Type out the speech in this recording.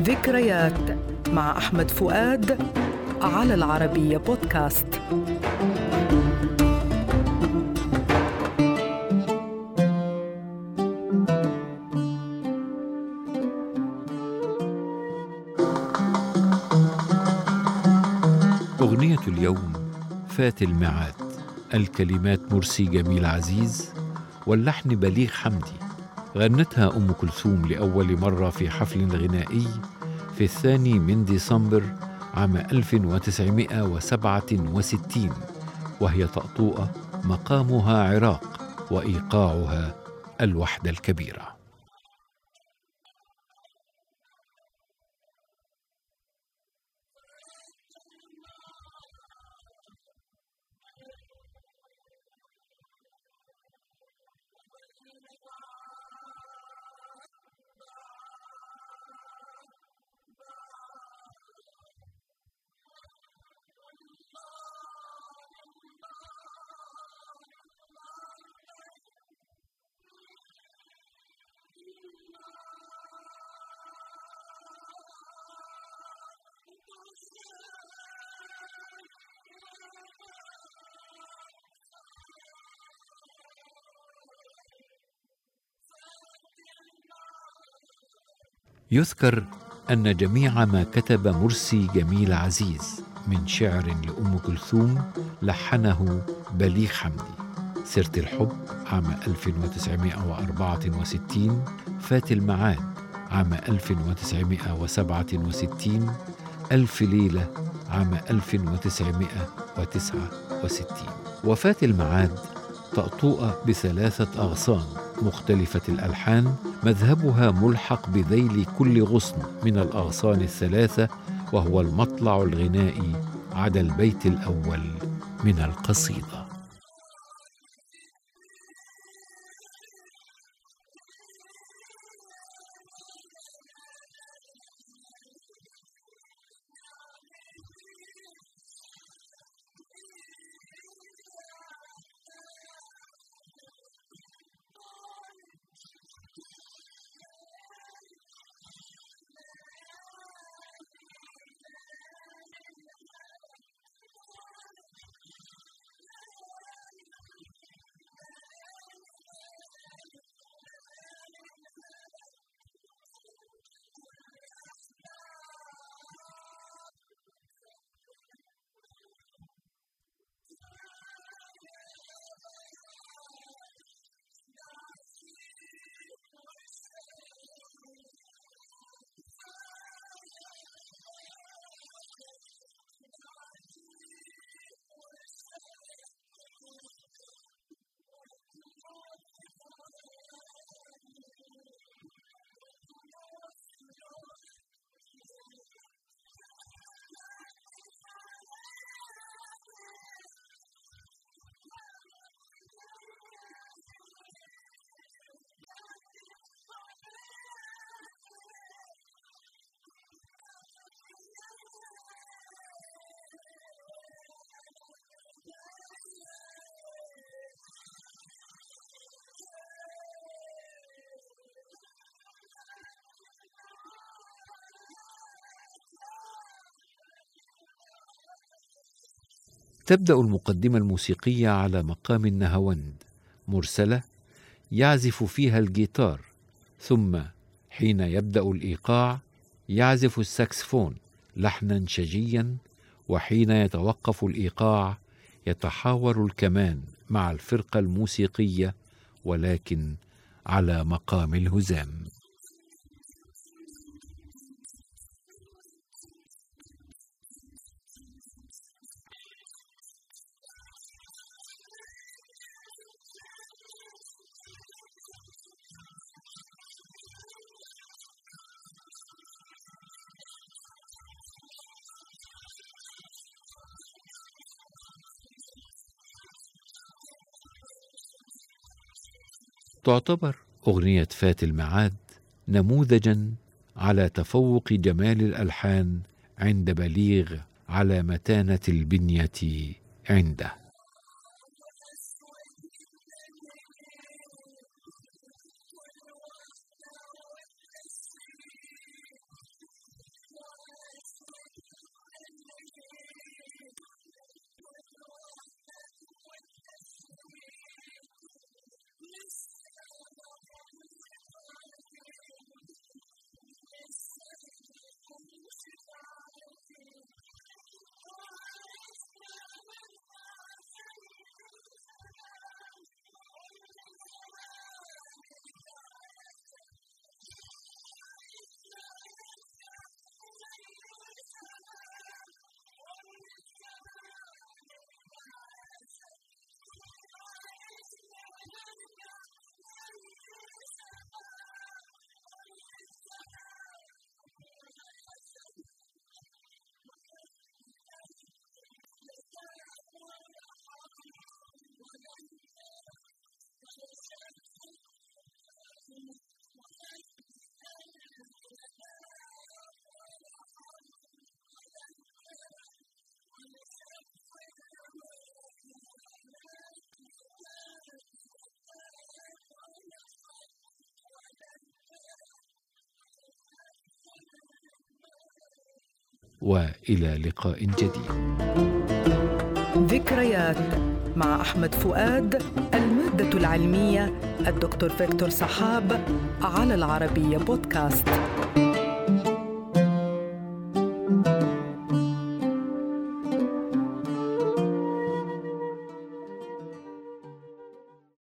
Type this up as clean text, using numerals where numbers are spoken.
ذكريات مع أحمد فؤاد على العربية بودكاست. أغنية اليوم فات الميعاد، الكلمات مرسي جميل عزيز واللحن بليغ حمدي. غنتها أم كلثوم لأول مرة في حفل غنائي في 2 ديسمبر عام 1967، وهي طأطوئة مقامها عراق وإيقاعها الوحدة الكبيرة. يذكر أن جميع ما كتب مرسي جميل عزيز من شعر لأم كلثوم لحنه بليغ حمدي. سيرة الحب عام 1964، فات الميعاد عام 1967، ألف ليلة عام 1969. وفات الميعاد طأطوئة ب3 أغصان مختلفة الألحان، مذهبها ملحق بذيل كل غصن من الأغصان ال3، وهو المطلع الغنائي على البيت الأول من القصيدة. تبدأ المقدمة الموسيقية على مقام النهاوند مرسلة يعزف فيها الجيتار، ثم حين يبدأ الإيقاع يعزف الساكسفون لحنا شجيا، وحين يتوقف الإيقاع يتحاور الكمان مع الفرقة الموسيقية، ولكن على مقام الهزام. تعتبر أغنية فات الميعاد نموذجاً على تفوق جمال الألحان عند بليغ على متانة البنية عنده. وإلى لقاء جديد. ذكريات مع أحمد فؤاد. المادة العلمية الدكتور فيكتور سحاب على العربية بودكاست.